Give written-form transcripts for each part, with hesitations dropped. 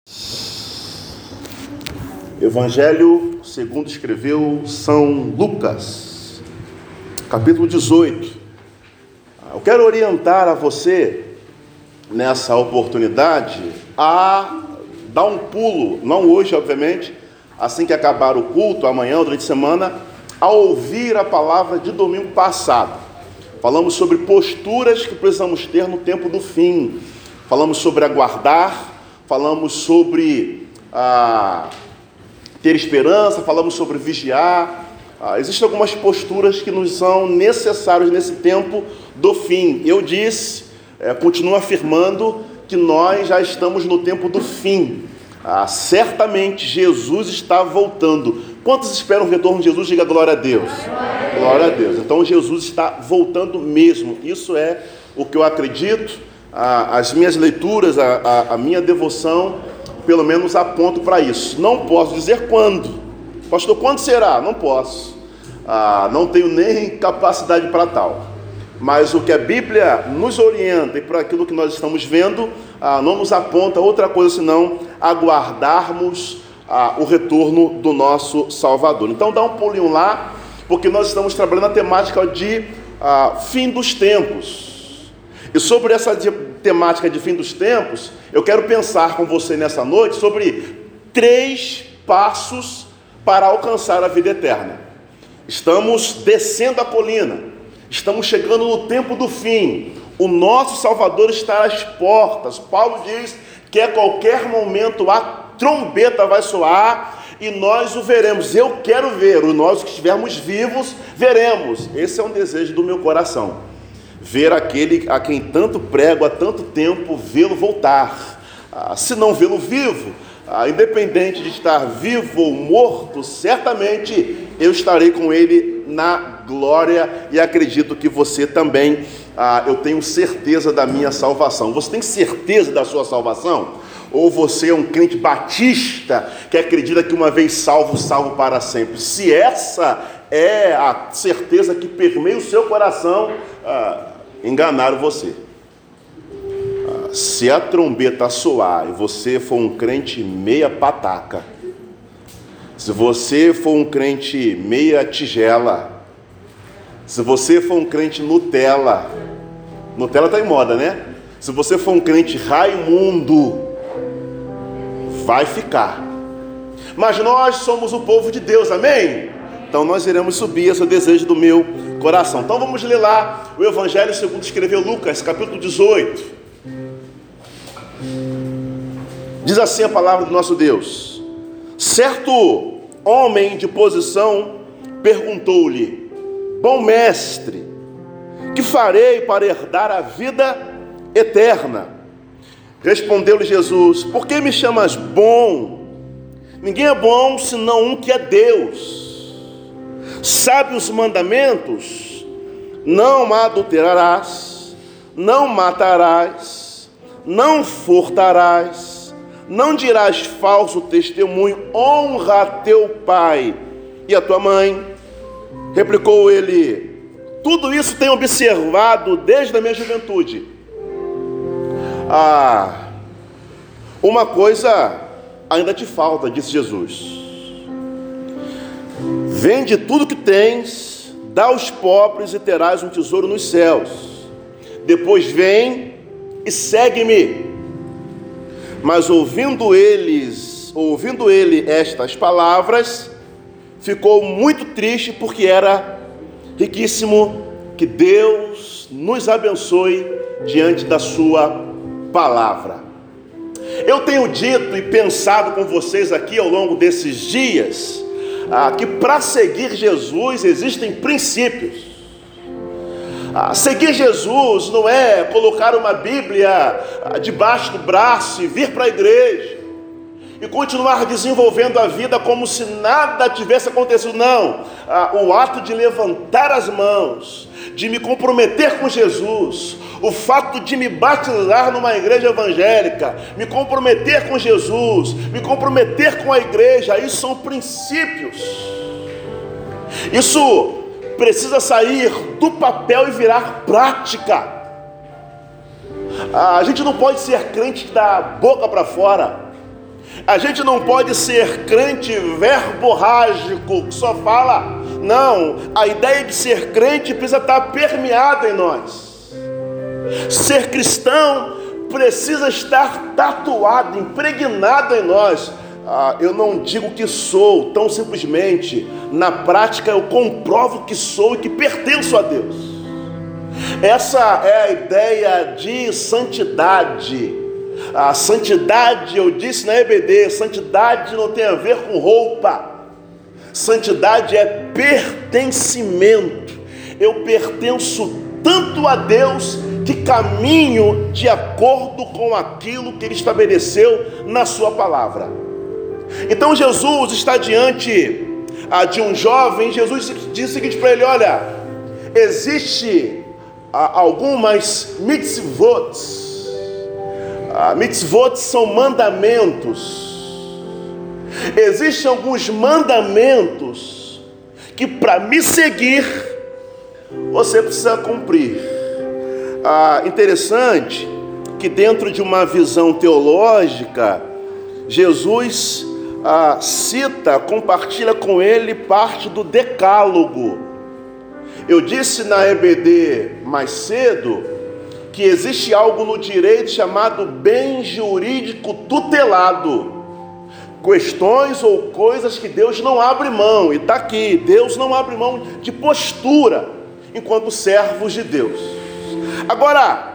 Evangelho segundo escreveu São Lucas, capítulo 18. Eu quero orientar a você, nessa oportunidade, a dar um pulo, não hoje, obviamente, assim que acabar o culto, amanhã ou durante a semana, a ouvir a palavra de domingo passado. Falamos sobre posturas que precisamos ter no tempo do fim. Falamos sobre aguardar, falamos sobre ter esperança, falamos sobre vigiar. Existem algumas posturas que nos são necessárias nesse tempo do fim. Eu disse, continuo afirmando que nós já estamos no tempo do fim. Certamente Jesus está voltando. Quantos esperam o retorno de Jesus? Diga glória a Deus. Glória a Deus. Então Jesus está voltando mesmo. Isso é o que eu acredito. As minhas leituras, a minha devoção, pelo menos aponto para isso. Não posso dizer quando. Pastor, quando será? Não posso. Não tenho nem capacidade para tal. Mas o que a Bíblia nos orienta e para aquilo que nós estamos vendo, não nos aponta outra coisa senão aguardarmos o retorno do nosso Salvador. Então dá um pulinho lá, porque nós estamos trabalhando a temática de fim dos tempos. E sobre essa temática de fim dos tempos, eu quero pensar com você nessa noite sobre 3 passos para alcançar a vida eterna. Estamos descendo a colina, estamos chegando no tempo do fim. O nosso Salvador está às portas. Paulo diz que a qualquer momento a trombeta vai soar e nós o veremos. Eu quero ver, nós que estivermos vivos, veremos. Esse é um desejo do meu coração. Ver aquele a quem tanto prego há tanto tempo, vê-lo voltar. Se não vê-lo vivo, independente de estar vivo ou morto, certamente eu estarei com ele na glória e acredito que você também. Eu tenho certeza da minha salvação. Você tem certeza da sua salvação? Ou você é um crente batista que acredita que uma vez salvo, salvo para sempre? Se essa é a certeza que permeia o seu coração, enganaram você. Se a trombeta soar e você for um crente meia pataca, se você for um crente meia tigela, se você for um crente Nutella está em moda, né? Se você for um crente Raimundo, vai ficar. Mas nós somos o povo de Deus, amém? Então nós iremos subir, esse é o desejo do meu coração. Então vamos ler lá o Evangelho segundo escreveu Lucas, capítulo 18. Diz assim a palavra do nosso Deus: certo homem de posição perguntou-lhe: bom mestre, que farei para herdar a vida eterna? Respondeu-lhe Jesus: por que me chamas bom? Ninguém é bom senão um que é Deus. Sabe os mandamentos? Não adulterarás, não matarás, não furtarás, não dirás falso testemunho, honra teu pai e a tua mãe. Replicou ele: tudo isso tenho observado desde a minha juventude. Uma coisa ainda te falta, disse Jesus. Vende tudo que tens, dá aos pobres e terás um tesouro nos céus. Depois vem e segue-me. Mas ouvindo ele estas palavras, ficou muito triste porque era riquíssimo. Que Deus nos abençoe diante da sua palavra. Eu tenho dito e pensado com vocês aqui ao longo desses dias que para seguir Jesus existem princípios. Seguir Jesus não é colocar uma Bíblia debaixo do braço e vir para a igreja e continuar desenvolvendo a vida como se nada tivesse acontecido. Não, o ato de levantar as mãos, de me comprometer com Jesus, o fato de me batizar numa igreja evangélica, me comprometer com Jesus, me comprometer com a igreja, isso são princípios. Isso precisa sair do papel e virar prática. A gente não pode ser crente da boca para fora. A gente não pode ser crente verborrágico, que só fala. Não, a ideia de ser crente precisa estar permeada em nós. Ser cristão precisa estar tatuado, impregnado em nós. Eu não digo que sou tão simplesmente. Na prática eu comprovo que sou e que pertenço a Deus. Essa é a ideia de santidade. A santidade, eu disse na EBD, santidade não tem a ver com roupa. Santidade é pertencimento. Eu pertenço tanto a Deus que caminho de acordo com aquilo que Ele estabeleceu na sua palavra. Então Jesus está diante de um jovem. Jesus diz o seguinte para ele: olha, existe algumas mitzvot. Mitzvot são mandamentos. Existem alguns mandamentos que para me seguir você precisa cumprir. Interessante que dentro de uma visão teológica, Jesus compartilha com ele parte do decálogo. Eu disse na EBD mais cedo que existe algo no direito chamado bem jurídico tutelado. Questões ou coisas que Deus não abre mão. E está aqui, Deus não abre mão de postura enquanto servos de Deus. Agora,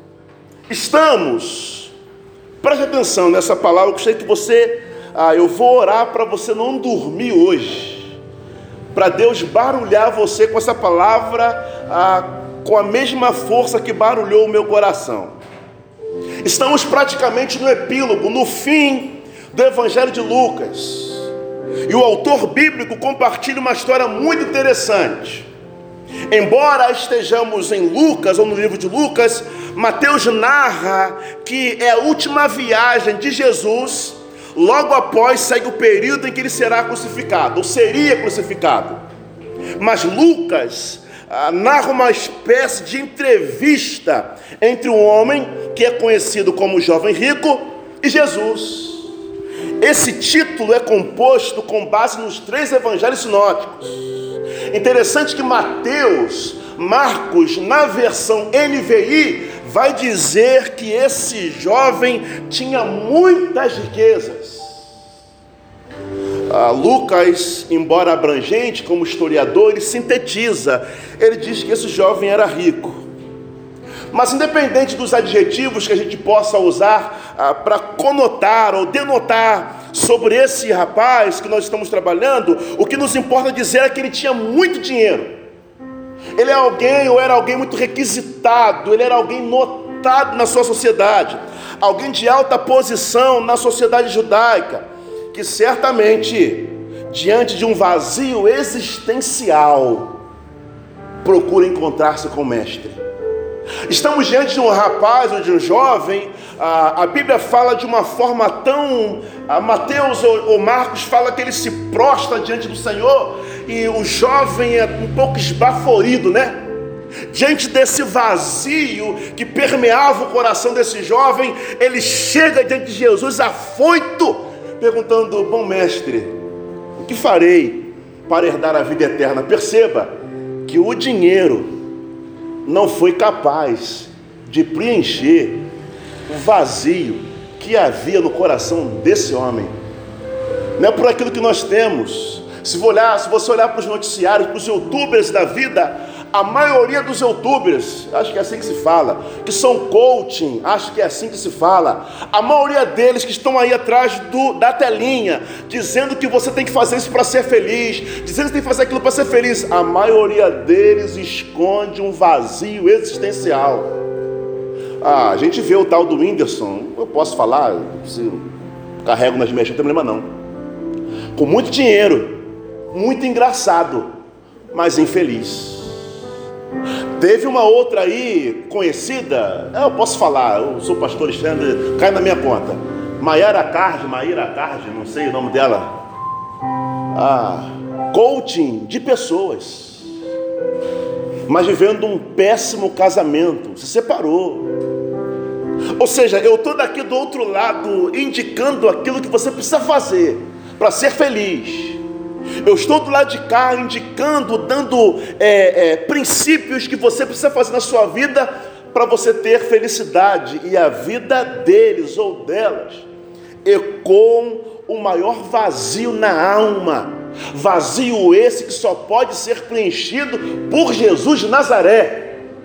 preste atenção nessa palavra. Eu gostaria que você, eu vou orar para você não dormir hoje, para Deus barulhar você com essa palavra, com a mesma força que barulhou o meu coração. Estamos praticamente no epílogo, no fim do Evangelho de Lucas, e o autor bíblico compartilha uma história muito interessante. Embora estejamos em Lucas, ou no livro de Lucas, Mateus narra que é a última viagem de Jesus. Logo após segue o período em que ele será crucificado, ou seria crucificado. Mas Lucas narra uma espécie de entrevista entre um homem que é conhecido como jovem rico e Jesus. Esse título é composto com base nos 3 evangelhos sinóticos. Interessante que Mateus, Marcos, na versão NVI, vai dizer que esse jovem tinha muitas riquezas. Lucas, embora abrangente como historiador, ele sintetiza. Ele diz que esse jovem era rico. Mas independente dos adjetivos que a gente possa usar para conotar ou denotar sobre esse rapaz que nós estamos trabalhando, o que nos importa dizer é que ele tinha muito dinheiro. Ele era alguém muito requisitado, ele era alguém notado na sua sociedade, alguém de alta posição na sociedade judaica, que certamente, diante de um vazio existencial, procura encontrar-se com o mestre. Estamos diante de um rapaz ou de um jovem. A Bíblia fala de uma forma tão... Mateus ou Marcos fala que ele se prostra diante do Senhor, e o jovem é um pouco esbaforido, né? Diante desse vazio que permeava o coração desse jovem, ele chega diante de Jesus afoito, perguntando: bom mestre, o que farei para herdar a vida eterna? Perceba que o dinheiro não foi capaz de preencher o vazio que havia no coração desse homem. Não é por aquilo que nós temos. Se você olhar para os noticiários, para os youtubers da vida, a maioria dos youtubers, acho que é assim que se fala, que são coaching, acho que é assim que se fala, a maioria deles que estão aí atrás da telinha, dizendo que você tem que fazer isso para ser feliz, dizendo que tem que fazer aquilo para ser feliz, a maioria deles esconde um vazio existencial. A gente vê o tal do Whindersson, eu posso falar, se carrego nas minhas, não tem problema não, com muito dinheiro, muito engraçado, mas infeliz. Teve uma outra aí, conhecida, eu posso falar, eu sou pastor Alexandre, cai na minha conta, Maíra Cardi, não sei o nome dela, coaching de pessoas, mas vivendo um péssimo casamento, se separou, Ou seja, eu estou daqui do outro lado indicando aquilo que você precisa fazer para ser feliz. Eu estou do lado de cá indicando, dando princípios que você precisa fazer na sua vida para você ter felicidade. E a vida deles ou delas com o maior vazio na alma. Vazio esse que só pode ser preenchido por Jesus de Nazaré.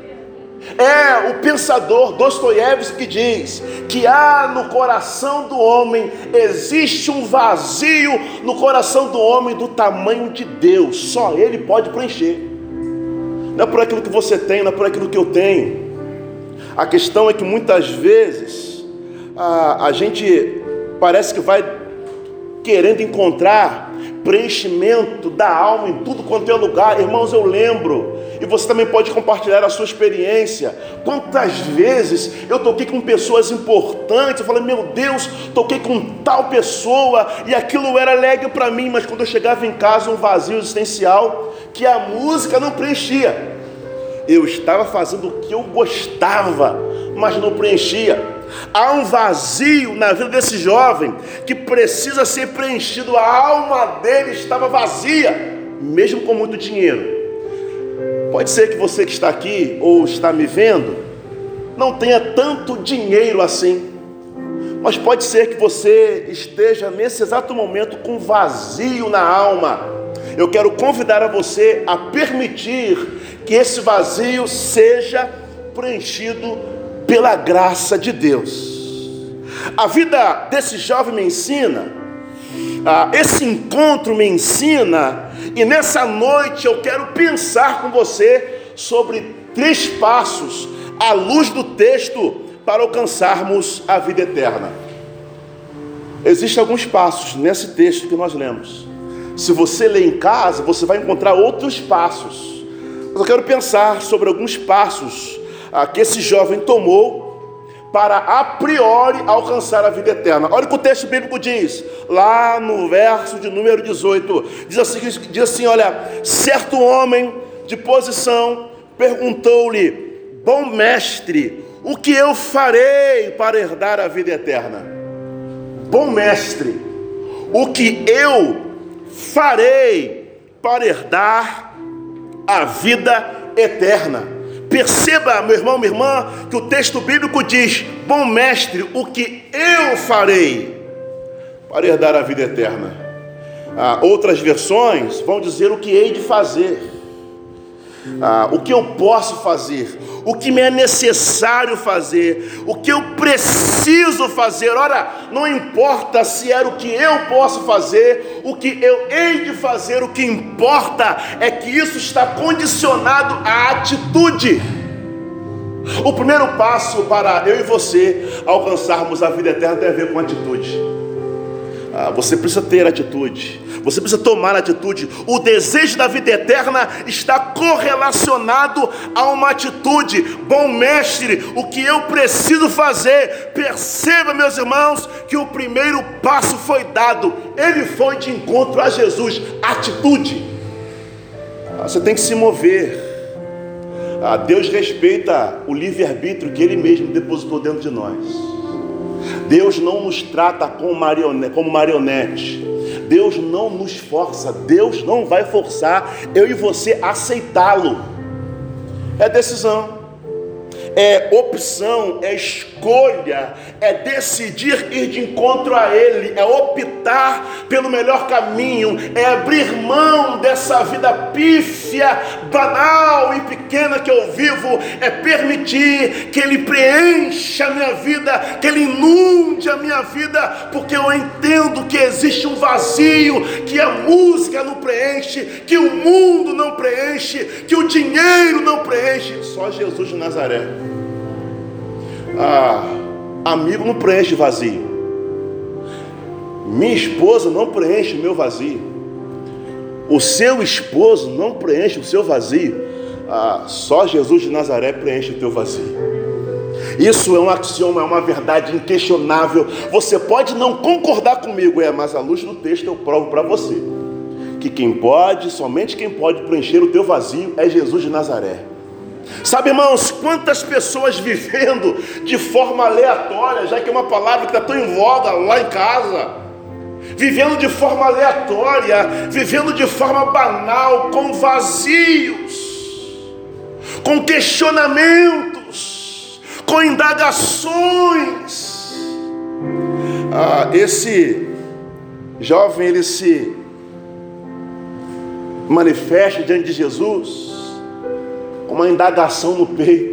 É o pensador Dostoiévski que diz que há no coração do homem, existe um vazio no coração do homem do tamanho de Deus. Só Ele pode preencher. Não é por aquilo que você tem, não é por aquilo que eu tenho. A questão é que muitas vezes a gente parece que vai querendo encontrar preenchimento da alma em tudo quanto é lugar. Irmãos, eu lembro, e você também pode compartilhar a sua experiência, quantas vezes eu toquei com pessoas importantes, eu falei, meu Deus, toquei com tal pessoa, e aquilo era alegre para mim, mas quando eu chegava em casa, um vazio existencial, que a música não preenchia. Eu estava fazendo o que eu gostava, mas não preenchia. Há um vazio na vida desse jovem que precisa ser preenchido. A alma dele estava vazia, mesmo com muito dinheiro. Pode ser que você que está aqui ou está me vendo não tenha tanto dinheiro assim, mas pode ser que você esteja nesse exato momento com vazio na alma. Eu quero convidar a você a permitir que esse vazio seja preenchido pela graça de Deus. A vida desse jovem me ensina, esse encontro me ensina, e nessa noite eu quero pensar com você sobre 3 passos à luz do texto para alcançarmos a vida eterna. Existem alguns passos nesse texto que nós lemos. Se você ler em casa, você vai encontrar outros passos. Mas eu quero pensar sobre alguns passos que esse jovem tomou para a priori alcançar a vida eterna. Olha o que o texto bíblico diz, lá no verso de número 18, diz assim, olha, certo homem de posição perguntou-lhe, bom mestre, o que eu farei para herdar a vida eterna? Bom mestre, o que eu farei para herdar a vida eterna? Perceba, meu irmão, minha irmã, que o texto bíblico diz, bom mestre, o que eu farei para herdar a vida eterna? Outras versões vão dizer o que hei de fazer, o que eu posso fazer, o que me é necessário fazer, o que eu preciso fazer. Ora, não importa se era o que eu posso fazer, o que eu hei de fazer, o que importa é que isso está condicionado à atitude. O primeiro passo para eu e você alcançarmos a vida eterna tem a ver com atitude. Você precisa ter atitude, você precisa tomar atitude. O desejo da vida eterna está correlacionado a uma atitude. Bom mestre, o que eu preciso fazer? Perceba, meus irmãos, que o primeiro passo foi dado. Ele foi de encontro a Jesus. Atitude. Você tem que se mover. Deus respeita o livre-arbítrio que Ele mesmo depositou dentro de nós. Deus não nos trata como marionete. Deus não nos força. Deus não vai forçar eu e você a aceitá-lo. É decisão, é opção, é escolha, é decidir ir de encontro a Ele, é optar pelo melhor caminho, é abrir mão dessa vida pífia, banal e pequena que eu vivo, é permitir que Ele preencha a minha vida, que Ele inunde a minha vida, porque eu entendo que existe um vazio, que a música não preenche, que o mundo não preenche, que o dinheiro não preenche, só Jesus de Nazaré. Amigo não preenche vazio. Minha esposa não preenche o meu vazio. O seu esposo não preenche o seu vazio. Só Jesus de Nazaré preenche o teu vazio. Isso é um axioma, é uma verdade inquestionável. Você pode não concordar comigo, mas à luz do texto eu provo para você que somente quem pode preencher o teu vazio é Jesus de Nazaré. Sabe, irmãos, quantas pessoas vivendo de forma aleatória, já que é uma palavra que está tão em voga lá em casa, vivendo de forma aleatória, vivendo de forma banal, com vazios, com questionamentos, com indagações. Esse jovem, ele se manifesta diante de Jesus com uma indagação no peito.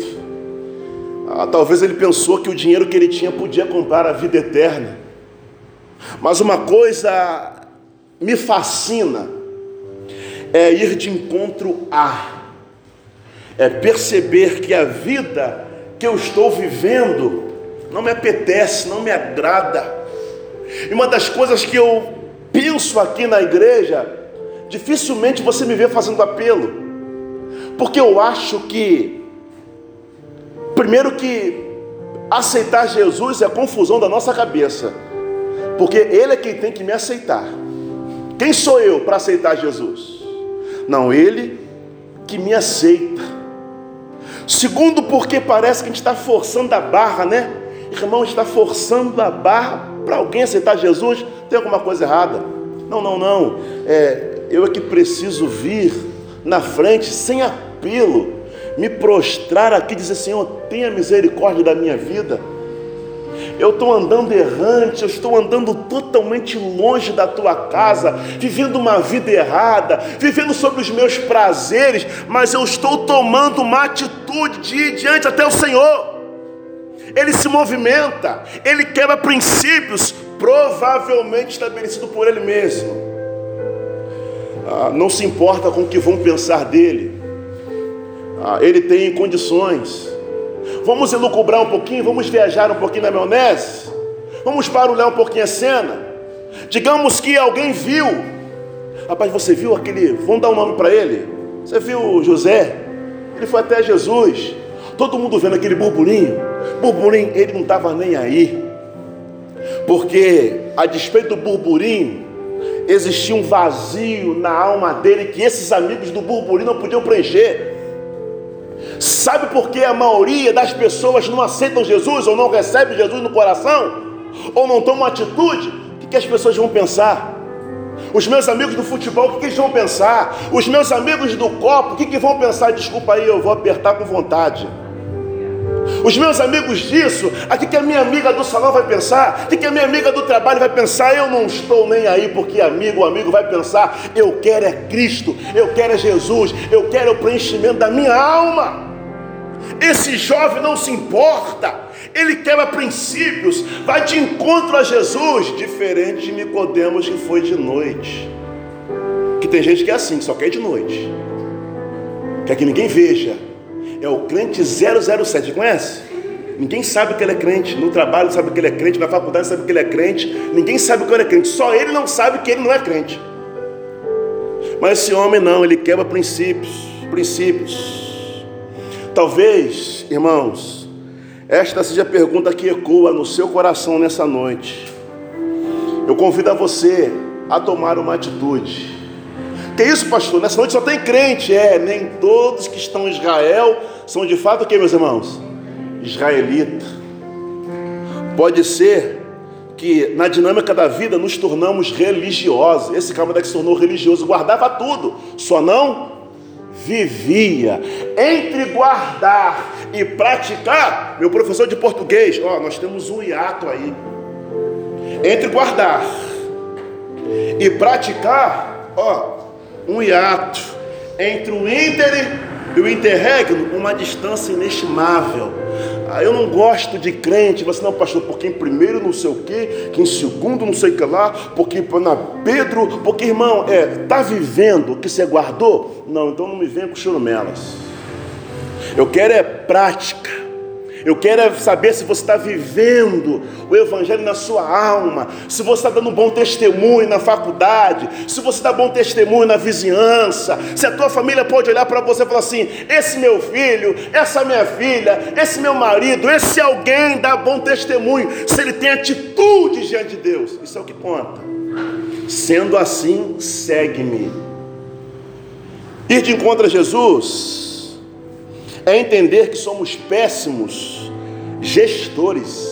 Talvez ele pensou que o dinheiro que ele tinha podia comprar a vida eterna. Mas uma coisa me fascina, é ir de encontro é perceber que a vida que eu estou vivendo não me apetece, não me agrada. E uma das coisas que eu penso aqui na igreja, dificilmente você me vê fazendo apelo, porque eu acho que, primeiro, que aceitar Jesus é confusão da nossa cabeça, porque Ele é quem tem que me aceitar. Quem sou eu para aceitar Jesus? Não, Ele que me aceita. Segundo, porque parece que a gente está forçando a barra, né? Irmão, a gente está forçando a barra para alguém aceitar Jesus. Tem alguma coisa errada? Não. Eu é que preciso vir na frente, sem apelo, me prostrar aqui e dizer: Senhor, tenha misericórdia da minha vida. Eu estou andando errante, eu estou andando totalmente longe da tua casa, vivendo uma vida errada, vivendo sobre os meus prazeres, mas eu estou tomando uma atitude de ir diante até o Senhor. Ele se movimenta, ele quebra princípios provavelmente estabelecidos por ele mesmo. Não se importa com o que vão pensar dele. Ele tem condições. Vamos elucubrar um pouquinho, vamos viajar um pouquinho na maionese, vamos barulhar um pouquinho a cena. Digamos que alguém viu, rapaz, você viu aquele, vamos dar um nome para ele, você viu José? Ele foi até Jesus, todo mundo vendo aquele burburinho, ele não estava nem aí, porque a despeito do burburinho, existia um vazio na alma dele que esses amigos do burburinho não podiam preencher. Sabe por que a maioria das pessoas não aceitam Jesus, ou não recebem Jesus no coração, ou não tomam atitude? O que as pessoas vão pensar? Os meus amigos do futebol, o que eles vão pensar? Os meus amigos do copo, o que vão pensar? Desculpa aí, eu vou apertar com vontade. Os meus amigos disso, o que a minha amiga do salão vai pensar? O que a minha amiga do trabalho vai pensar? Eu não estou nem aí, porque o amigo vai pensar: eu quero é Cristo, eu quero é Jesus, eu quero o preenchimento da minha alma. Esse jovem não se importa, ele quebra princípios, vai de encontro a Jesus, diferente de Nicodemos, que foi de noite. Que tem gente que é assim, que só quer ir de noite, quer que ninguém veja. É o crente 007, conhece? Ninguém sabe que ele é crente, no trabalho sabe que ele é crente, na faculdade sabe que ele é crente, ninguém sabe que ele é crente, só ele não sabe que ele não é crente. Mas esse homem não, ele quebra princípios. Talvez, irmãos, esta seja a pergunta que ecoa no seu coração nessa noite. Eu convido a você a tomar uma atitude. Que isso, pastor? Nessa noite só tem crente. Nem todos que estão em Israel são de fato o que, meus irmãos? Israelita. Pode ser que na dinâmica da vida nos tornamos religiosos. Esse camarada que se tornou religioso guardava tudo, só não vivia. Entre guardar e praticar, meu professor de português, nós temos um hiato aí. Entre guardar e praticar, um hiato. Entre o íntere e o interregno, uma distância inestimável. Eu não gosto de crente, você não, pastor, porque em primeiro não sei o que, que em segundo não sei o que lá, porque na Pedro, porque, irmão, está vivendo o que você guardou? Não, então não me venha com churumelas. Eu quero prática. Eu quero saber se você está vivendo o evangelho na sua alma, se você está dando um bom testemunho na faculdade, se você dá bom testemunho na vizinhança, se a tua família pode olhar para você e falar assim: esse meu filho, essa minha filha, esse meu marido, esse alguém dá bom testemunho, se ele tem atitude diante de Deus. Isso é o que conta. Sendo assim, segue-me. Ir de encontro a Jesus é entender que somos péssimos gestores.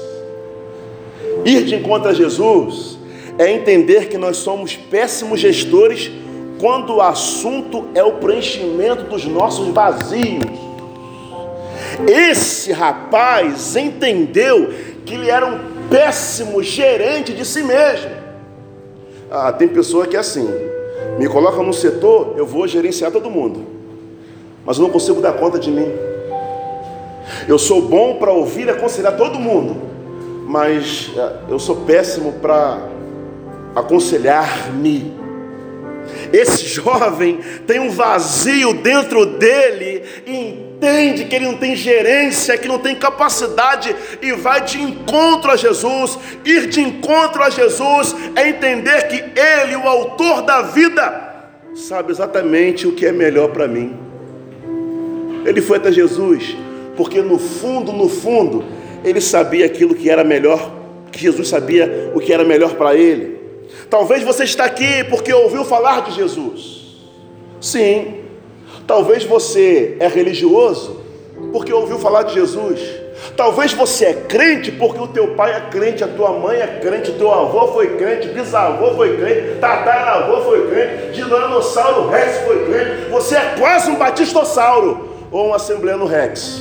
Ir de encontro a Jesus é entender que nós somos péssimos gestores quando o assunto é o preenchimento dos nossos vazios. Esse rapaz entendeu que ele era um péssimo gerente de si mesmo. Tem pessoa que é assim: me coloca num setor, eu vou gerenciar todo mundo, mas eu não consigo dar conta de mim. Eu sou bom para ouvir e aconselhar todo mundo, mas eu sou péssimo para aconselhar-me. Esse jovem tem um vazio dentro dele e entende que ele não tem gerência, que não tem capacidade, e vai de encontro a Jesus. Ir de encontro a Jesus é entender que Ele, o autor da vida, sabe exatamente o que é melhor para mim. Ele foi até Jesus porque no fundo, ele sabia aquilo que era melhor, que Jesus sabia o que era melhor para ele. Talvez você está aqui porque ouviu falar de Jesus. Sim. Talvez você é religioso porque ouviu falar de Jesus. Talvez você é crente porque o teu pai é crente, a tua mãe é crente, o teu avô foi crente, bisavô foi crente, tataravô foi crente, Dinossauro Rex foi crente. Você é quase um batistossauro ou um assembleano Rex.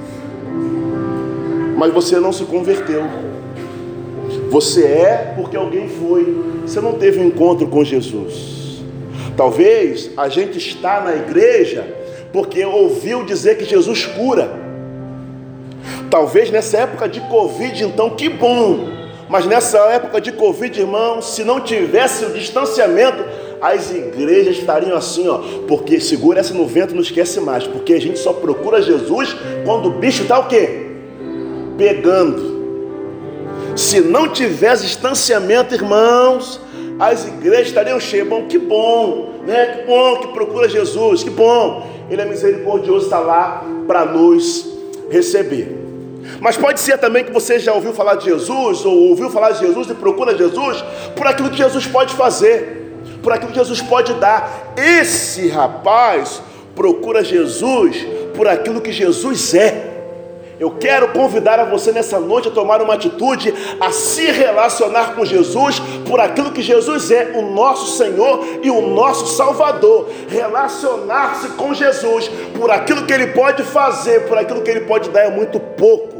Mas você não se converteu. Você é porque alguém foi. Você não teve um encontro com Jesus. Talvez a gente está na igreja porque ouviu dizer que Jesus cura. Talvez nessa época de Covid, então, que bom. Mas nessa época de Covid, irmão, se não tivesse o distanciamento, as igrejas estariam assim, porque segura essa no vento, não esquece mais, porque a gente só procura Jesus quando o bicho está o quê? Pegando. Se não tivesse distanciamento, irmãos, as igrejas estariam cheias. Bom, que bom, né? Que bom que procura Jesus, que bom. Ele é misericordioso, está lá para nos receber. Mas pode ser também que você já ouviu falar de Jesus, ou ouviu falar de Jesus e procura Jesus por aquilo que Jesus pode fazer, por aquilo que Jesus pode dar. Esse rapaz procura Jesus por aquilo que Jesus é. Eu quero convidar a você nessa noite a tomar uma atitude, a se relacionar com Jesus por aquilo que Jesus é, o nosso Senhor e o nosso Salvador. Relacionar-se com Jesus por aquilo que Ele pode fazer, por aquilo que Ele pode dar é muito pouco.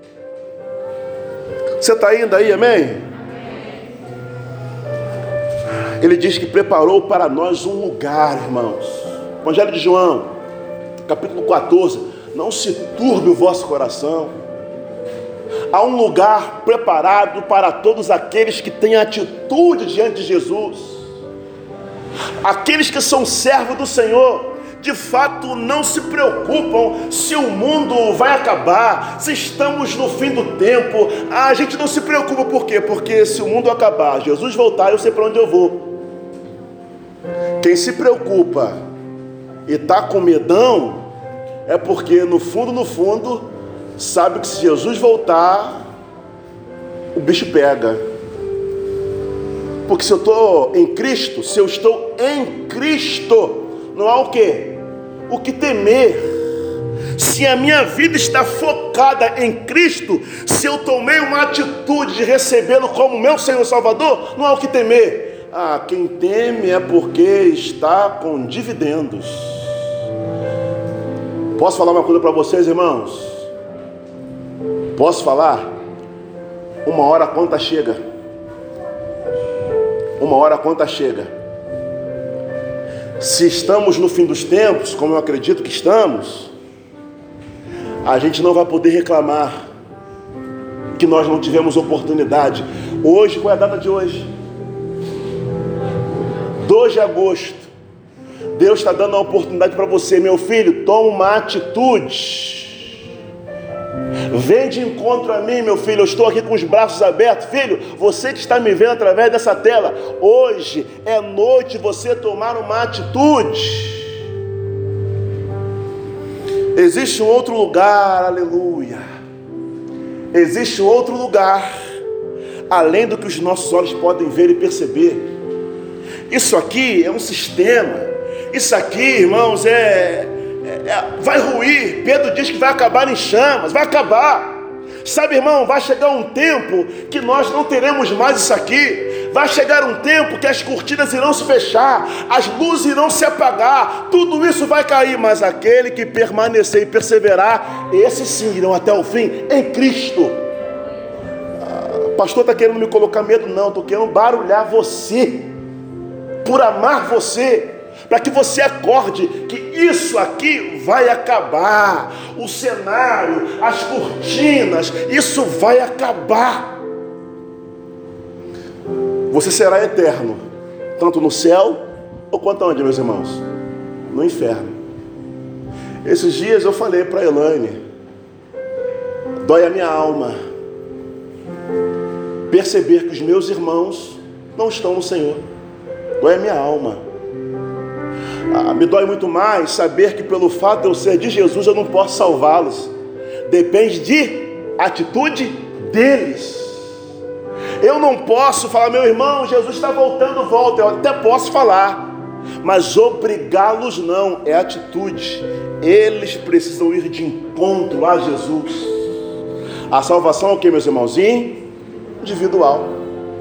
Você está indo aí, amém? Ele diz que preparou para nós um lugar, irmãos. Evangelho de João, capítulo 14. Não se turbe o vosso coração. Há um lugar preparado para todos aqueles que têm atitude diante de Jesus. Aqueles que são servos do Senhor, de fato não se preocupam se o mundo vai acabar, se estamos no fim do tempo. A gente não se preocupa, por quê? Porque se o mundo acabar, Jesus voltar, eu sei para onde eu vou. Quem se preocupa e está com medão, é porque no fundo, sabe que se Jesus voltar, o bicho pega. Porque se eu estou em Cristo, se eu estou em Cristo, não há o quê? O que temer. Se a minha vida está focada em Cristo, se eu tomei uma atitude de recebê-lo como meu Senhor Salvador, não há o que temer. Quem teme é porque está com dividendos. Posso falar uma coisa para vocês, irmãos? Posso falar? Uma hora a conta chega. Uma hora a conta chega. Se estamos no fim dos tempos, como eu acredito que estamos, a gente não vai poder reclamar que nós não tivemos oportunidade. Hoje, qual é a data de hoje? 2 de agosto. Deus está dando a oportunidade para você, meu filho, toma uma atitude. Vem de encontro a mim, meu filho, eu estou aqui com os braços abertos. Filho, você que está me vendo através dessa tela, hoje é noite de você tomar uma atitude. Existe um outro lugar, aleluia. Existe um outro lugar, além do que os nossos olhos podem ver e perceber. Isso aqui é um sistema. Isso aqui, irmãos, é vai ruir. Pedro diz que vai acabar em chamas, vai acabar. Sabe, irmão, vai chegar um tempo que nós não teremos mais isso aqui. Vai chegar um tempo que as cortinas irão se fechar, as luzes irão se apagar, tudo isso vai cair, mas aquele que permanecer e perseverar, esses sim irão até o fim em Cristo. O pastor está querendo me colocar medo? Não, estou querendo barulhar você, por amar você, para que você acorde que isso aqui vai acabar. O cenário, as cortinas, isso vai acabar. Você será eterno, tanto no céu, ou quanto onde, meus irmãos? No inferno. Esses dias eu falei para a Elaine, dói a minha alma perceber que os meus irmãos não estão no Senhor. Dói a minha alma. Me dói muito mais saber que pelo fato de eu ser de Jesus eu não posso salvá-los. Depende de atitude deles. Eu não posso falar, meu irmão, Jesus está voltando, volta. Eu até posso falar, mas obrigá-los não, é atitude. Eles precisam ir de encontro a Jesus. A salvação é o que, meus irmãos? Individual.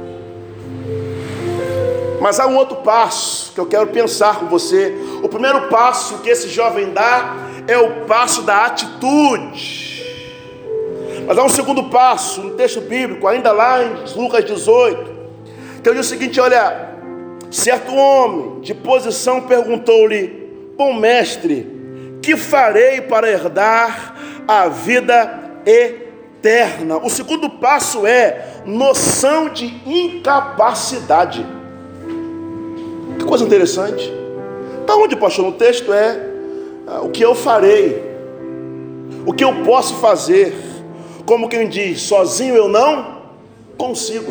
Mas há um outro passo que eu quero pensar com você. O primeiro passo que esse jovem dá é o passo da atitude. Mas há um segundo passo no texto bíblico, ainda lá em Lucas 18, que diz o seguinte: olha, certo homem de posição perguntou-lhe: bom mestre, que farei para herdar a vida eterna? O segundo passo é noção de incapacidade. Que coisa interessante. Está onde, pastor? No texto é o que eu farei, o que eu posso fazer. Como quem diz, sozinho eu não consigo.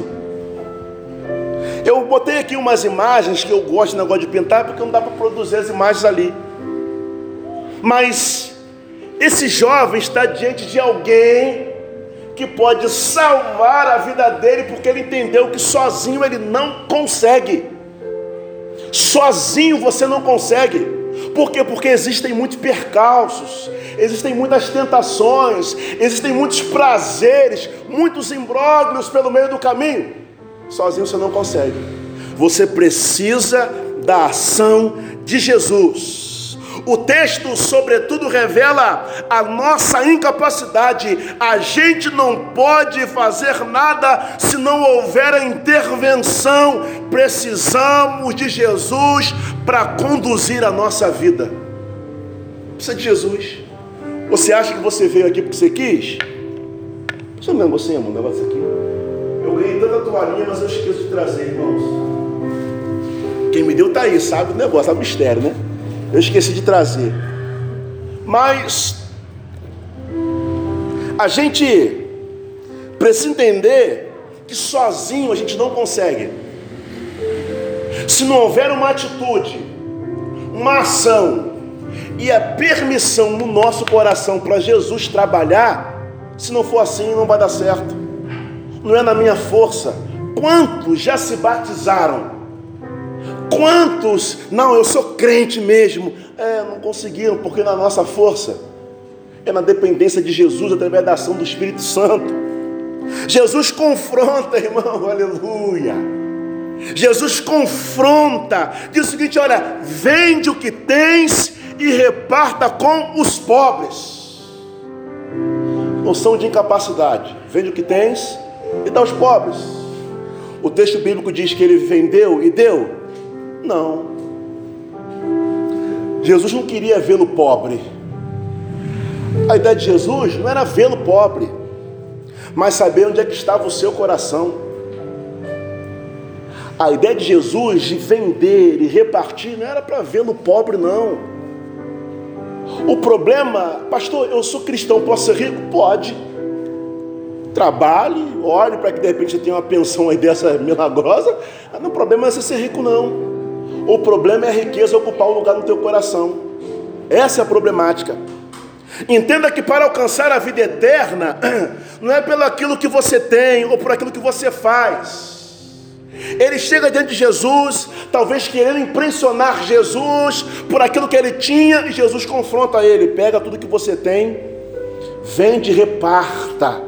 Eu botei aqui umas imagens que eu gosto de negócio de pintar, porque não dá para produzir as imagens ali. Mas esse jovem está diante de alguém que pode salvar a vida dele, porque ele entendeu que sozinho ele não consegue. Sozinho você não consegue. Por quê? Porque existem muitos percalços, existem muitas tentações, existem muitos prazeres, muitos imbróglios pelo meio do caminho. Sozinho você não consegue. Você precisa da ação de Jesus. O texto, sobretudo, revela a nossa incapacidade. A gente não pode fazer nada se não houver a intervenção. Precisamos de Jesus para conduzir a nossa vida. Precisa de Jesus. Você acha que você veio aqui porque você quis? Deixa eu ver você, irmão, um negócio aqui. Eu ganhei tanta toalhinha, mas eu esqueço de trazer, irmãos. Quem me deu está aí, sabe o negócio, é um mistério, né? Eu esqueci de trazer. Mas a gente precisa entender que sozinho a gente não consegue. Se não houver uma atitude, uma ação e a permissão no nosso coração para Jesus trabalhar, se não for assim não vai dar certo. Não é na minha força. Quantos já se batizaram? Quantos, não, eu sou crente mesmo, não conseguiram, porque na nossa força é na dependência de Jesus, através da ação do Espírito Santo. Jesus confronta, irmão, aleluia. Jesus confronta, diz o seguinte: olha, vende o que tens e reparta com os pobres. Noção de incapacidade, vende o que tens e dá aos pobres. O texto bíblico diz que ele vendeu e deu. Não. Jesus não queria vê-lo pobre. A ideia de Jesus não era vê-lo pobre, mas saber onde é que estava o seu coração. A ideia de Jesus de vender e repartir não era para vê-lo pobre, não. O problema, pastor, eu sou cristão, posso ser rico? Pode. Trabalhe, ore para que de repente você tenha uma pensão aí dessa milagrosa. O problema não é você ser rico, não. O problema é a riqueza ocupar o lugar no teu coração. Essa é a problemática. Entenda que para alcançar a vida eterna, não é pelo aquilo que você tem ou por aquilo que você faz. Ele chega diante de Jesus, talvez querendo impressionar Jesus por aquilo que ele tinha, e Jesus confronta ele: pega tudo que você tem, vende e reparta.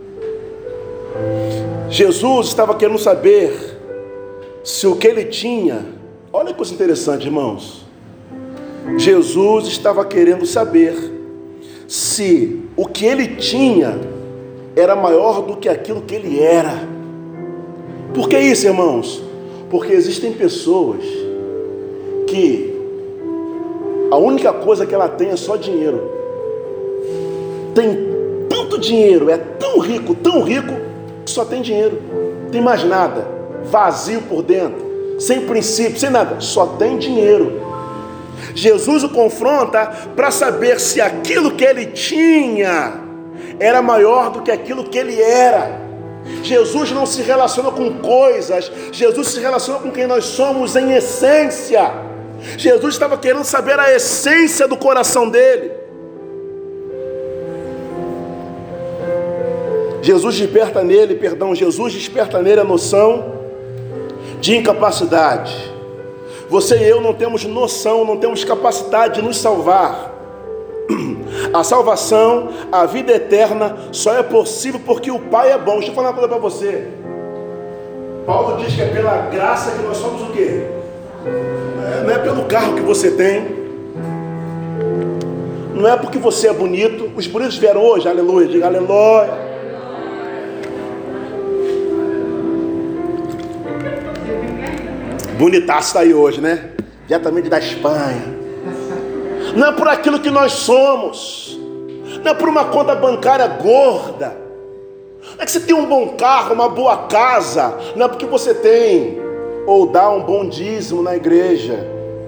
Jesus estava querendo saber se o que ele tinha, olha que coisa interessante, irmãos. Jesus estava querendo saber se o que ele tinha era maior do que aquilo que ele era. Por que isso, irmãos? Porque existem pessoas que a única coisa que ela tem é só dinheiro. Tem tanto dinheiro, é tão rico, que só tem dinheiro. Não tem mais nada, vazio por dentro, sem princípio, sem nada, só tem dinheiro. Jesus o confronta para saber se aquilo que ele tinha era maior do que aquilo que ele era. Jesus não se relaciona com coisas, Jesus se relaciona com quem nós somos em essência. Jesus estava querendo saber a essência do coração dele. Jesus desperta nele a noção de incapacidade. Você e eu não temos noção, não temos capacidade de nos salvar. A salvação, a vida eterna, só é possível porque o Pai é bom. Deixa eu falar uma coisa para você. Paulo diz que é pela graça que nós somos o quê? Não é pelo carro que você tem, não é porque você é bonito. Os bonitos vieram hoje, aleluia, diga aleluia. Bonitaço está aí hoje, né? Diretamente da Espanha. Não é por aquilo que nós somos, não é por uma conta bancária gorda, não é que você tem um bom carro, uma boa casa, não é porque você tem ou dá um bom dízimo na igreja,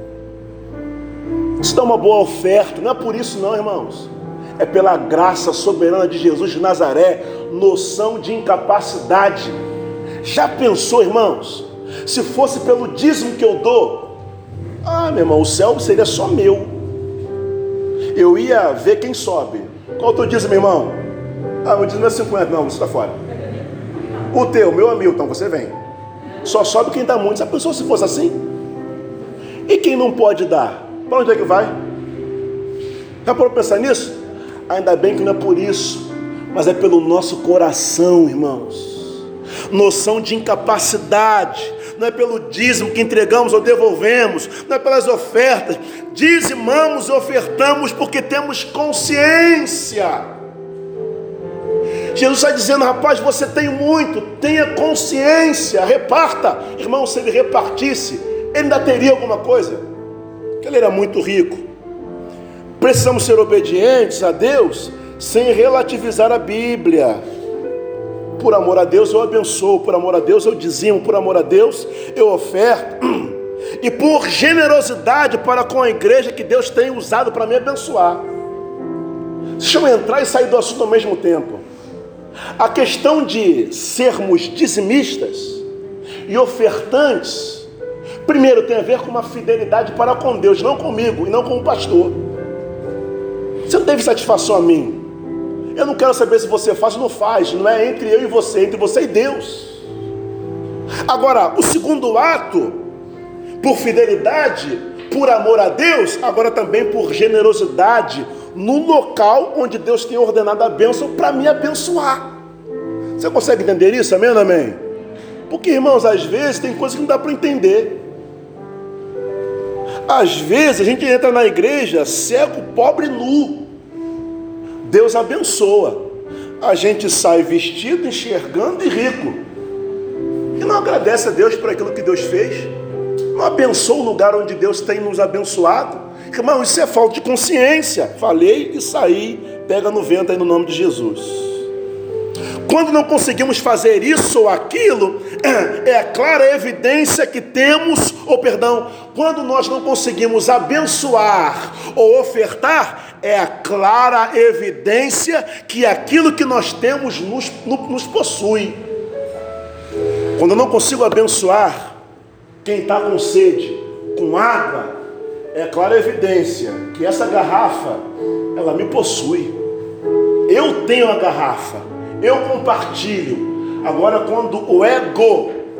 você dá uma boa oferta, não é por isso não, irmãos. É pela graça soberana de Jesus de Nazaré. Noção de incapacidade. Já pensou, irmãos, se fosse pelo dízimo que eu dou? Meu irmão, o céu seria só meu. Eu ia ver quem sobe. Qual o teu dízimo, irmão? O dízimo é 50, não, você está fora. O teu, meu é 1000, então você vem. Só sobe quem dá muito. Já pensou se fosse assim? E quem não pode dar? Para onde é que vai? Já parou para pensar nisso? Ainda bem que não é por isso, mas é pelo nosso coração, irmãos. Noção de incapacidade. Não é pelo dízimo que entregamos ou devolvemos, não é pelas ofertas. Dizimamos e ofertamos porque temos consciência. Jesus está dizendo: rapaz, você tem muito, tenha consciência, reparta. Irmão, se ele repartisse, ele ainda teria alguma coisa, porque ele era muito rico. Precisamos ser obedientes a Deus sem relativizar a Bíblia. Por amor a Deus eu abençoo, por amor a Deus eu dizimo, por amor a Deus eu oferto, e por generosidade para com a igreja que Deus tem usado para me abençoar. Deixa eu entrar e sair do assunto ao mesmo tempo. A questão de sermos dizimistas e ofertantes, primeiro tem a ver com uma fidelidade para com Deus, não comigo e não com o pastor. Você não teve satisfação a mim. Eu não quero saber se você faz ou não faz. Não é entre eu e você, entre você e Deus. Agora, o segundo ato, por fidelidade, por amor a Deus, agora também por generosidade, no local onde Deus tem ordenado a bênção para me abençoar. Você consegue entender isso? Amém ou não amém? Porque, irmãos, às vezes tem coisas que não dá para entender. Às vezes a gente entra na igreja cego, pobre e nu. Deus abençoa. A gente sai vestido, enxergando e rico. E não agradece a Deus por aquilo que Deus fez. Não abençoa o lugar onde Deus tem nos abençoado. Irmão, isso é falta de consciência. Falei e saí. Pega no vento aí no nome de Jesus. Quando não conseguimos fazer isso ou aquilo, é a clara evidência que temos, quando nós não conseguimos abençoar ou ofertar, é a clara evidência que aquilo que nós temos nos possui. Quando eu não consigo abençoar quem está com sede, com água, é a clara evidência que essa garrafa, ela me possui. Eu tenho a garrafa, eu compartilho. Agora, quando o ego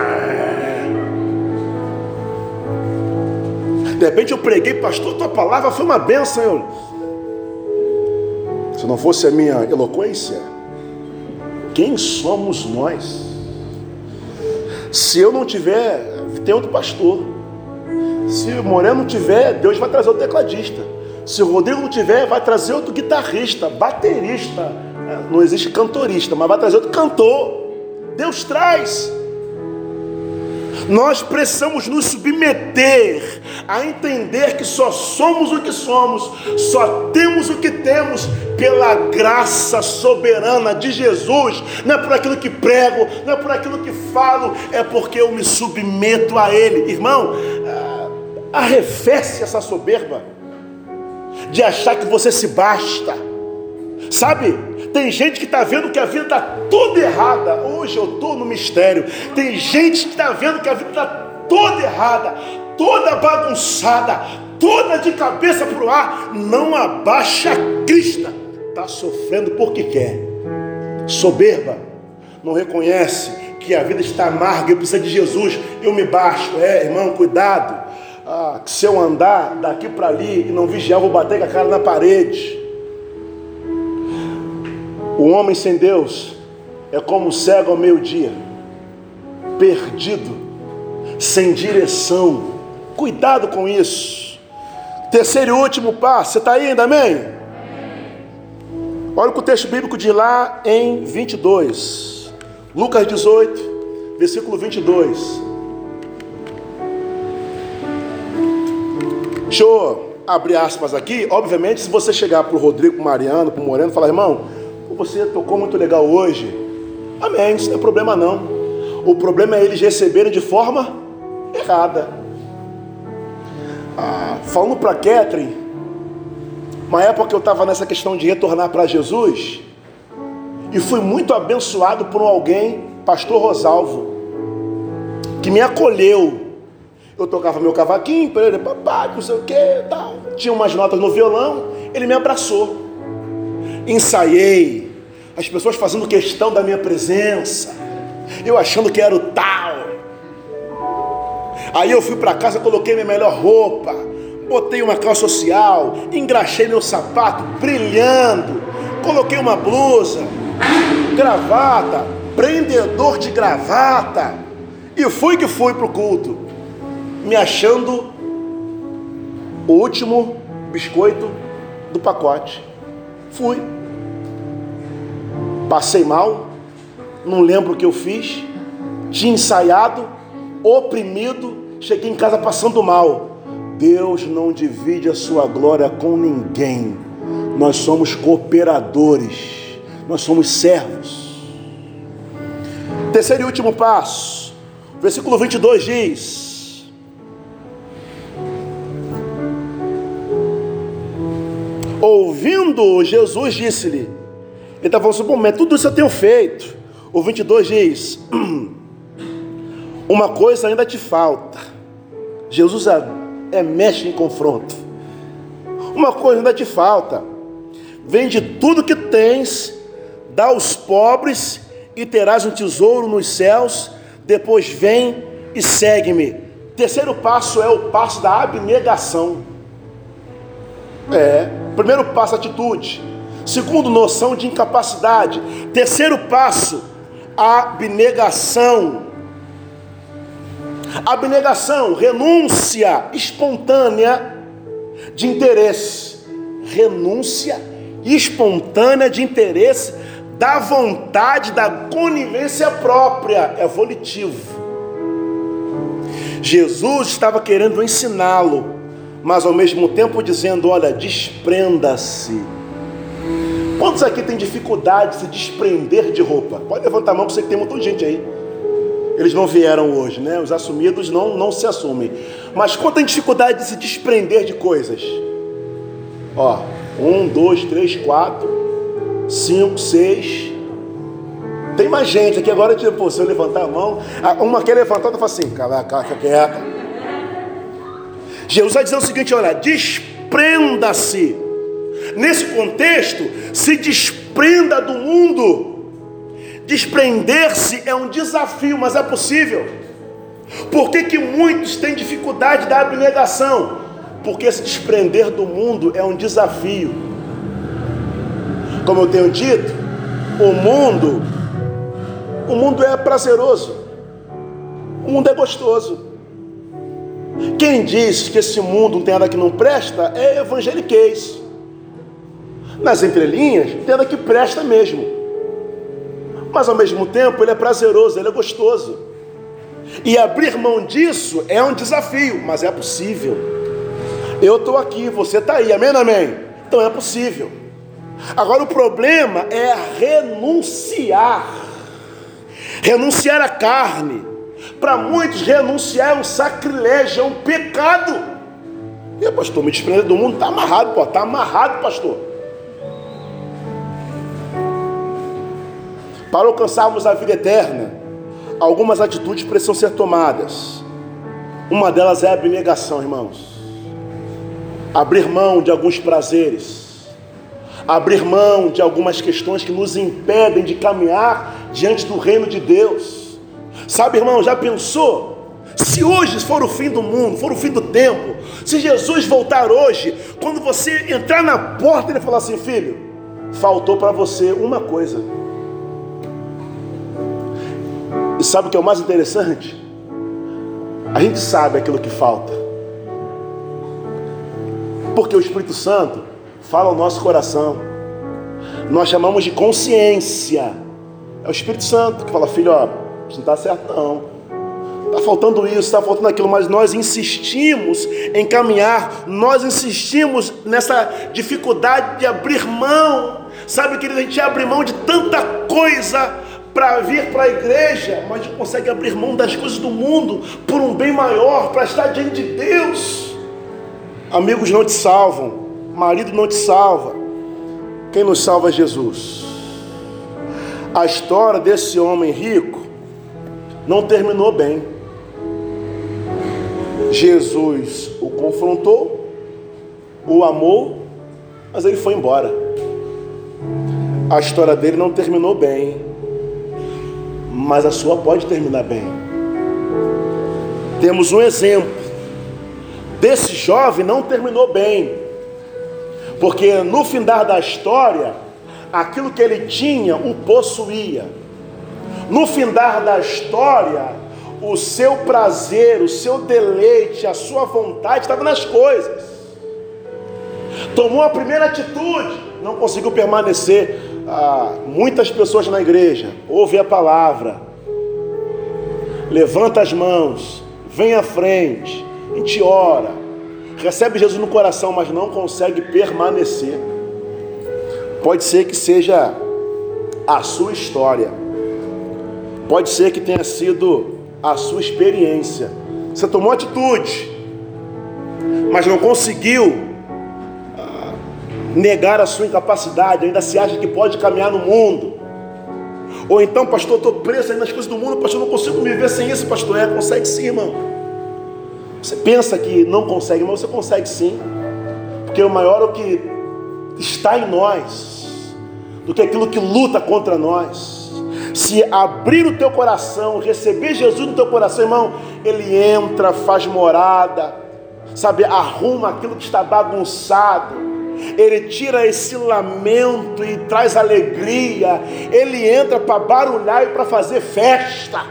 De repente eu preguei, pastor, tua palavra foi uma bênção. Se não fosse a minha eloquência, quem somos nós? Se eu não tiver, tem outro pastor. Se o Moreno não tiver, Deus vai trazer outro tecladista. Se o Rodrigo não tiver, vai trazer outro guitarrista, baterista. Não existe cantorista, mas vai trazer outro cantor. Deus traz. Nós precisamos nos submeter a entender que só somos o que somos, só temos o que temos pela graça soberana de Jesus. Não é por aquilo que prego, não é por aquilo que falo, é porque eu me submeto a Ele. Irmão, arrefece essa soberba de achar que você se basta. Sabe, tem gente que está vendo que a vida está toda errada. Hoje eu estou no mistério. Tem gente que está vendo que a vida está toda errada, toda bagunçada, toda de cabeça para o ar. Não abaixa a crista. Está sofrendo porque quer. Soberba. Não reconhece que a vida está amarga e precisa de Jesus. Eu me basto. Irmão, cuidado. Que se eu andar daqui para ali e não vigiar, eu vou bater com a cara na parede. O homem sem Deus é como o cego ao meio-dia, perdido, sem direção. Cuidado com isso. Terceiro e último passo. Você está aí ainda, amém? Olha o que o texto bíblico diz lá em 22. Lucas 18, versículo 22. Deixa eu abrir aspas aqui. Obviamente, se você chegar para o Rodrigo, para o Mariano, para o Moreno e falar, irmão, você tocou muito legal hoje, amém, isso não é problema não. O problema é eles receberem de forma errada. Falando para Catherine, uma época que eu estava nessa questão de retornar para Jesus, e fui muito abençoado por alguém, pastor Rosalvo, que me acolheu. Eu tocava meu cavaquinho para ele, papai, não sei o que, tal. Tinha umas notas no violão, ele me abraçou. Ensaiei, as pessoas fazendo questão da minha presença, eu achando que era o tal. Aí eu fui para casa, coloquei minha melhor roupa, botei uma calça social, engraxei meu sapato, brilhando, coloquei uma blusa, gravata, prendedor de gravata, e fui que fui para o culto, me achando o último biscoito do pacote. Fui. Passei mal, não lembro o que eu fiz, tinha ensaiado, oprimido, cheguei em casa passando mal. Deus não divide a sua glória com ninguém. Nós somos cooperadores, nós somos servos. Terceiro e último passo, versículo 22 diz: ouvindo, Jesus disse-lhe, ele está falando assim, bom, mas tudo isso eu tenho feito. O 22 diz, uma coisa ainda te falta. Jesus mestre em confronto. Uma coisa ainda te falta. vende tudo que tens, dá aos pobres e terás um tesouro nos céus, depois vem e segue-me. Terceiro passo é o passo da abnegação. Primeiro passo, atitude. Segundo, noção de incapacidade. Terceiro passo, abnegação. Abnegação, renúncia espontânea de interesse. Renúncia espontânea de interesse, da vontade, da conivência própria. É volitivo. Jesus estava querendo ensiná-lo, mas ao mesmo tempo dizendo: olha, desprenda-se. Quantos aqui tem dificuldade de se desprender de roupa? Pode levantar a mão, porque você que tem muita gente aí. Eles não vieram hoje, né? Os assumidos não se assumem. Mas quanto tem dificuldade de se desprender de coisas? 1, 2, 3, 4, 5, 6. Tem mais gente aqui agora, tipo, se eu levantar a mão, uma quer levantar, eu falo assim, cala quieta. Jesus vai dizer o seguinte: olha, desprenda-se. Nesse contexto, se desprenda do mundo. Desprender-se é um desafio, mas é possível. Por que muitos têm dificuldade da abnegação? Porque se desprender do mundo é um desafio. Como eu tenho dito, o mundo é prazeroso, o mundo é gostoso. Quem diz que esse mundo não tem nada que não presta é evangeliquez. Nas entrelinhas, tem nada que presta mesmo, mas ao mesmo tempo ele é prazeroso, ele é gostoso. E abrir mão disso é um desafio, mas é possível. Eu estou aqui, você está aí, amém, amém? Então é possível. Agora o problema é renunciar à carne. Para muitos, renunciar é um sacrilégio, é um pecado. E pastor, me desprender do mundo, está amarrado, está amarrado, pastor. Para alcançarmos a vida eterna, algumas atitudes precisam ser tomadas. Uma delas é a abnegação, irmãos. Abrir mão de alguns prazeres, abrir mão de algumas questões que nos impedem de caminhar diante do reino de Deus. Sabe, irmão, já pensou? Se hoje for o fim do mundo, for o fim do tempo, se Jesus voltar hoje, quando você entrar na porta, ele falar assim: filho, faltou para você uma coisa. E sabe o que é o mais interessante? A gente sabe aquilo que falta, porque o Espírito Santo fala ao nosso coração. Nós chamamos de consciência. É o Espírito Santo que fala: filho, isso não está certo não, está faltando isso, está faltando aquilo. Mas nós insistimos em caminhar, nós insistimos nessa dificuldade de abrir mão. Sabe, querido, a gente abre mão de tanta coisa para vir para a igreja, mas não consegue abrir mão das coisas do mundo por um bem maior, para estar diante de Deus. Amigos não te salvam, marido não te salva. Quem nos salva é Jesus. A história desse homem rico não terminou bem. Jesus o confrontou, o amou, mas ele foi embora. A história dele não terminou bem, mas a sua pode terminar bem. Temos um exemplo. Desse jovem não terminou bem, porque no findar da história, aquilo que ele tinha o possuía. No findar da história, o seu prazer, o seu deleite, a sua vontade estava nas coisas. Tomou a primeira atitude, não conseguiu permanecer. Muitas pessoas na igreja ouvem a palavra, levanta as mãos, vem à frente, a gente ora, recebe Jesus no coração, mas não consegue permanecer. Pode ser que seja a sua história, pode ser que tenha sido a sua experiência. Você tomou atitude, mas não conseguiu negar a sua incapacidade, ainda se acha que pode caminhar no mundo. Ou então: pastor, estou preso aí nas coisas do mundo, pastor, não consigo me viver sem isso. Pastor, consegue sim, irmão. Você pensa que não consegue, mas você consegue sim, porque o maior é o que está em nós do que aquilo que luta contra nós. Se abrir o teu coração, receber Jesus no teu coração, irmão, Ele entra, faz morada, sabe, arruma aquilo que está bagunçado. Ele tira esse lamento e traz alegria. Ele entra para barulhar e para fazer festa.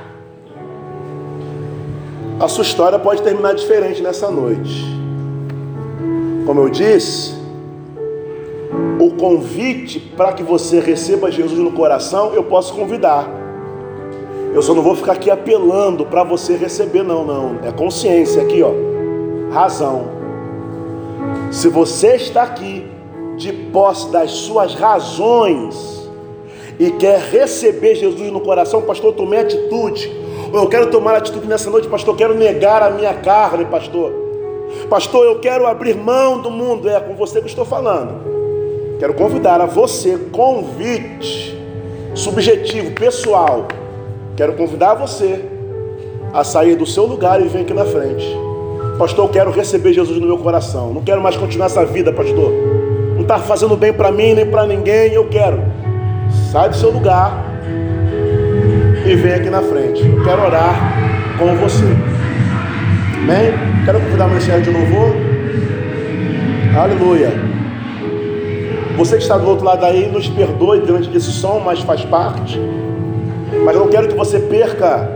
A sua história pode terminar diferente nessa noite. Como eu disse, o convite para que você receba Jesus no coração, eu posso convidar. Eu só não vou ficar aqui apelando para você receber, não. É consciência aqui, ó. Razão. Se você está aqui de posse das suas razões e quer receber Jesus no coração, pastor, tome atitude. Eu quero tomar atitude nessa noite, pastor, eu quero negar a minha carne, pastor. Pastor, eu quero abrir mão do mundo. É com você que eu estou falando. Quero convidar a você, convite subjetivo, pessoal. Quero convidar você a sair do seu lugar e vir aqui na frente. Pastor, eu quero receber Jesus no meu coração. Não quero mais continuar essa vida, pastor. Não está fazendo bem para mim, nem para ninguém. Eu quero. Sai do seu lugar e vem aqui na frente. Eu quero orar com você. Amém? Quero convidar o ministério de louvor. Aleluia. Você que está do outro lado aí, nos perdoe diante desse som, mas faz parte. Mas eu não quero que você perca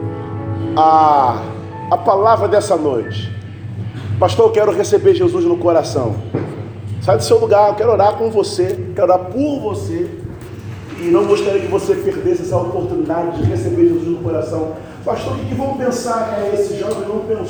a palavra dessa noite. Pastor, eu quero receber Jesus no coração. Sai do seu lugar, eu quero orar com você, quero orar por você. E não gostaria que você perdesse essa oportunidade de receber Jesus no coração. Pastor, o que vão pensar? Esse jovem não pensou.